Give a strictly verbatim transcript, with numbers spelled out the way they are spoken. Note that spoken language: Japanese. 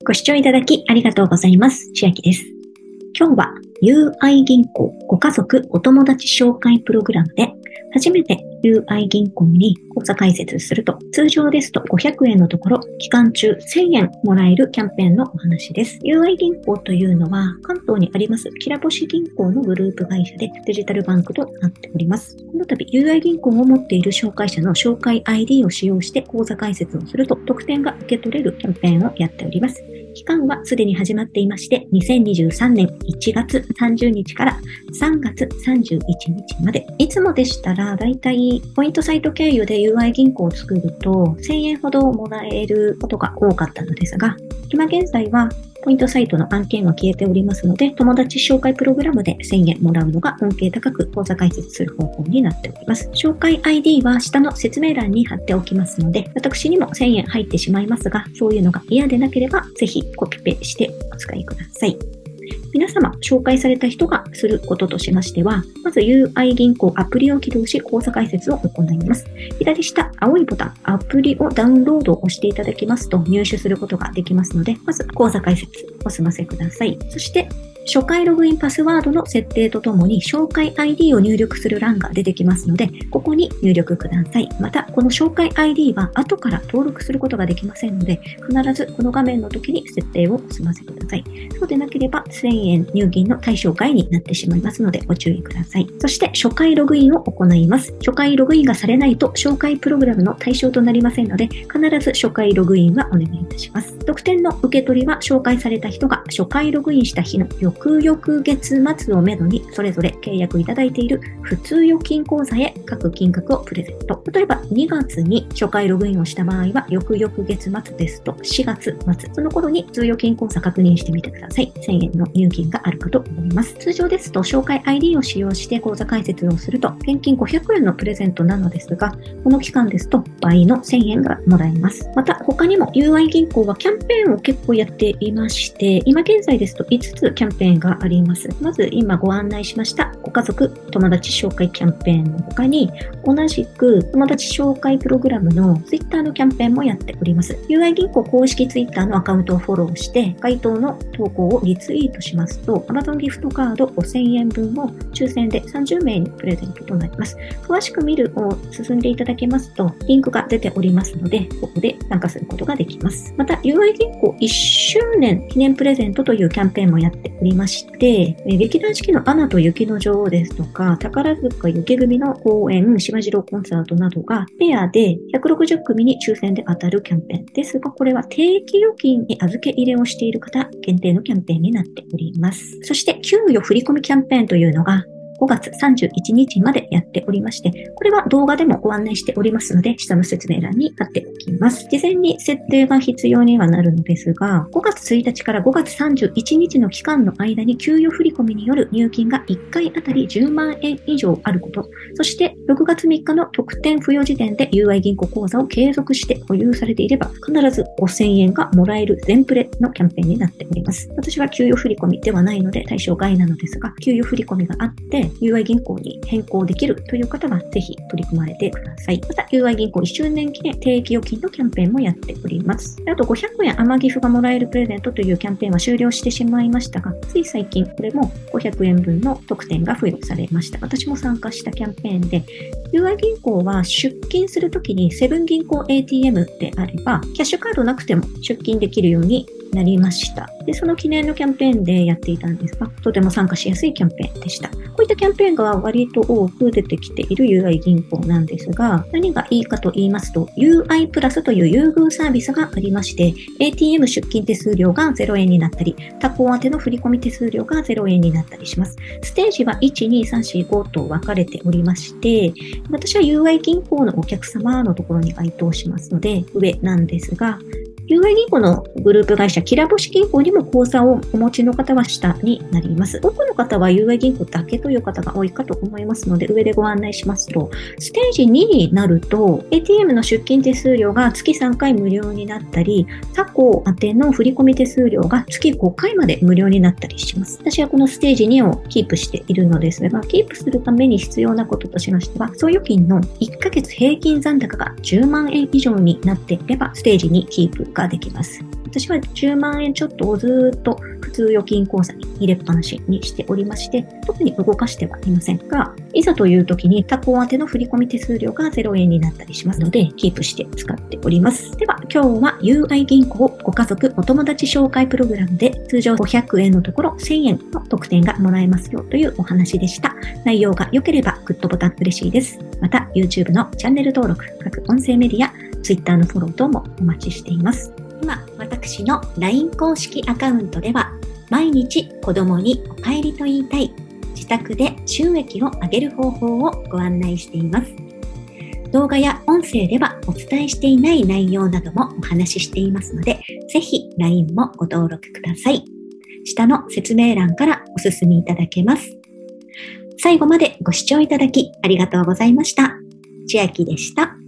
ご視聴いただきありがとうございます。千秋です。今日は ユーアイ 銀行ご家族お友達紹介プログラムで初めて ユーアイ 銀行に口座開設すると、通常ですとごひゃくえんのところ、期間中せんえんもらえるキャンペーンのお話です。ユーアイ 銀行というのは、関東にありますきらぼし銀行のグループ会社でデジタルバンクとなっております。この度 ユーアイ 銀行を持っている紹介者の紹介 アイディー を使用して口座開設をすると、特典が受け取れるキャンペーンをやっております。期間はすでに始まっていまして、にせんにじゅうさんねんいちがつさんじゅうにちからさんがつさんじゅういちにちまで。いつもでしたら、だいたいポイントサイト経由で ユーアイ 銀行を作るとせんえんほどもらえることが多かったのですが、今現在はポイントサイトの案件は消えておりますので、友達紹介プログラムでせんえんもらうのが恩恵高く口座開設する方法になっております。紹介 アイディー は下の説明欄に貼っておきますので、私にもせんえん入ってしまいますが、そういうのが嫌でなければ、ぜひコピペしてお使いください。皆様、紹介された人がすることとしましては、まず ユーアイ 銀行アプリを起動し、口座開設を行います。左下、青いボタン、アプリをダウンロードを押していただきますと入手することができますので、まず口座開設お済ませください。そして、初回ログインパスワードの設定とともに紹介 アイディー を入力する欄が出てきますので、ここに入力ください。また、この紹介 アイディー は後から登録することができませんので、必ずこの画面の時に設定を済ませてください。そうでなければせんえん入金の対象外になってしまいますのでご注意ください。そして初回ログインを行います。初回ログインがされないと紹介プログラムの対象となりませんので、必ず初回ログインはお願いいたします。特典の受け取りは紹介された人が初回ログインした日の翌々月末をめどにそれぞれ契約いただいている普通預金口座へ各金額をプレゼント。例えばにがつに初回ログインをした場合は翌々月末ですとしがつまつ、その頃に普通預金口座確認してみてください。せんえんの入金があるかと思います。通常ですと紹介 アイディー を使用して口座開設をすると現金ごひゃくえんのプレゼントなのですが、この期間ですと倍のせんえんがもらえます。また他にも ユーアイ 銀行はキャンペーンを結構やっていまして、今現在ですといつつキャンペーンがあります。まず今ご案内しましたご家族友達紹介キャンペーンの他に、同じく友達紹介プログラムの Twitter のキャンペーンもやっております。ユーアイ 銀行公式 Twitter のアカウントをフォローして該当の投稿をリツイートしますと Amazon ギフトカードごせんえんぶんを抽選でさんじゅうめいにプレゼントとなります。詳しく見るを進んでいただけますとリンクが出ておりますので、ここで参加することができます。また ユーアイ 銀行いっしゅうねん記念プレゼントというキャンペーンもやっておりまして、劇団四季のアナと雪の女王ですとか、宝塚雪組の公演、島次郎コンサートなどがペアでひゃくろくじゅっくみに抽選で当たるキャンペーンですが、これは定期預金に預け入れをしている方限定のキャンペーンになっております。そして給与振込キャンペーンというのがごがつさんじゅういちにちまでやっておりまして、これは動画でもご案内しておりますので、下の説明欄に貼っておきます。事前に設定が必要にはなるのですが、ごがつついたちからごがつさんじゅういちにちの期間の間に給与振込による入金がいっかいあたりじゅうまんえん以上あること、そしてろくがつみっかの特典付与時点で ユーアイ 銀行口座を継続して保有されていれば、必ずごせんえんがもらえる全プレのキャンペーンになっております。私は給与振込ではないので対象外なのですが、給与振込があって、ユーアイ 銀行に変更できるという方はぜひ取り組まれてください。また ユーアイ 銀行いっしゅうねん記念定期預金のキャンペーンもやっております。あとごひゃくえん甘ギフがもらえるプレゼントというキャンペーンは終了してしまいましたが、つい最近これもごひゃくえんぶんの特典が付与されました。私も参加したキャンペーンで、ユーアイ 銀行は出金するときにセブン銀行 エーティーエム であればキャッシュカードなくても出金できるようになりました。で、その記念のキャンペーンでやっていたんですが、とても参加しやすいキャンペーンでした。こういったキャンペーンが割と多く出てきている ユーアイ 銀行なんですが、何がいいかと言いますと、ユーアイ プラスという優遇サービスがありまして、エーティーエム 出金手数料がゼロえんになったり、他行宛ての振込手数料がゼロえんになったりします。ステージはいち、に、さん、よん、ごと分かれておりまして、私は ユーアイ 銀行のお客様のところに該当しますので、上なんですが、ユーアイ 銀行のグループ会社、きらぼし銀行にも口座をお持ちの方は下になります。多くの方は ユーアイ 銀行だけという方が多いかと思いますので、上でご案内しますと、ステージにになると、エーティーエム の出金手数料が月さんかい無料になったり、他行宛ての振込手数料が月ごかいまで無料になったりします。私はこのステージにをキープしているのですが、キープするために必要なこととしましては、総預金のいっかげつ平均残高がじゅうまんえん以上になっていれば、ステージにキープができます。私はじゅうまんえんちょっとをずっと普通預金口座に入れっぱなしにしておりまして、特に動かしてはいませんが、いざという時に他行宛ての振込手数料がゼロえんになったりしますので、キープして使っております。では、今日は ユーアイ 銀行ご家族お友達紹介プログラムで通常ごひゃくえんのところせんえんの特典がもらえますよというお話でした。内容が良ければグッドボタン嬉しいです。また、YouTube のチャンネル登録、各音声メディア、Twitter のフォロー等もお待ちしています。今、私の ライン 公式アカウントでは、毎日子供にお帰りと言いたい、自宅で収益を上げる方法をご案内しています。動画や音声ではお伝えしていない内容などもお話ししていますので、ぜひ ライン もご登録ください。下の説明欄からお進みいただけます。最後までご視聴いただきありがとうございました。千秋でした。